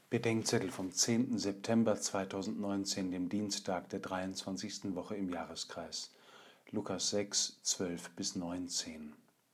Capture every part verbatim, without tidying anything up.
Bedenkzettel vom zehnten September zweitausendneunzehn, dem Dienstag der dreiundzwanzigsten Woche im Jahreskreis. Lukas sechs, zwölf bis neunzehn.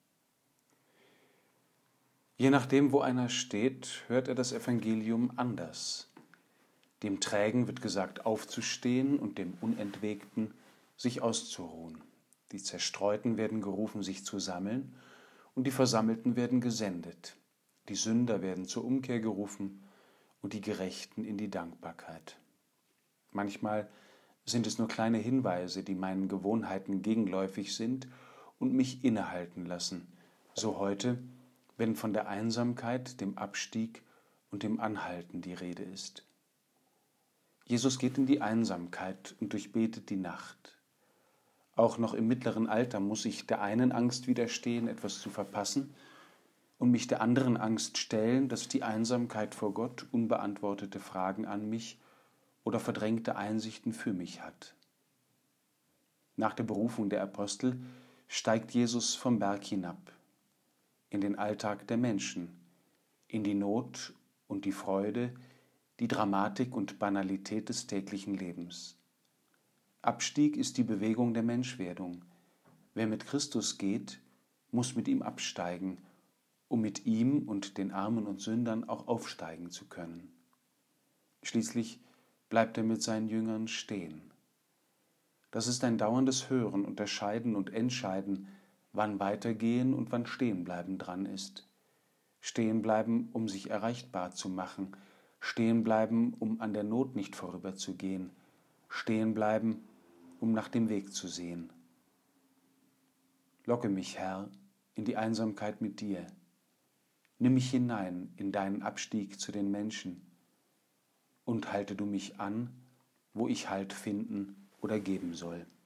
Je nachdem, wo einer steht, hört er das Evangelium anders. Dem Trägen wird gesagt, aufzustehen, und dem Unentwegten, sich auszuruhen. Die Zerstreuten werden gerufen, sich zu sammeln, und die Versammelten werden gesendet. Die Sünder werden zur Umkehr gerufen und die Gerechten in die Dankbarkeit. Manchmal sind es nur kleine Hinweise, die meinen Gewohnheiten gegenläufig sind und mich innehalten lassen. So heute, wenn von der Einsamkeit, dem Abstieg und dem Anhalten die Rede ist. Jesus geht in die Einsamkeit und durchbetet die Nacht. Auch noch im mittleren Alter muss ich der einen Angst widerstehen, etwas zu verpassen, und mich der anderen Angst stellen, dass die Einsamkeit vor Gott unbeantwortete Fragen an mich oder verdrängte Einsichten für mich hat. Nach der Berufung der Apostel steigt Jesus vom Berg hinab, in den Alltag der Menschen, in die Not und die Freude, die Dramatik und Banalität des täglichen Lebens. Abstieg ist die Bewegung der Menschwerdung. Wer mit Christus geht, muss mit ihm absteigen, um mit ihm und den Armen und Sündern auch aufsteigen zu können. Schließlich bleibt er mit seinen Jüngern stehen. Das ist ein dauerndes Hören, Unterscheiden und Entscheiden, wann weitergehen und wann Stehenbleiben dran ist. Stehenbleiben, um sich erreichbar zu machen, Stehenbleiben, um an der Not nicht vorüberzugehen, Stehenbleiben, um nach dem Weg zu sehen. Locke mich, Herr, in die Einsamkeit mit dir. Nimm mich hinein in deinen Abstieg zu den Menschen und halte du mich an, wo ich Halt finden oder geben soll.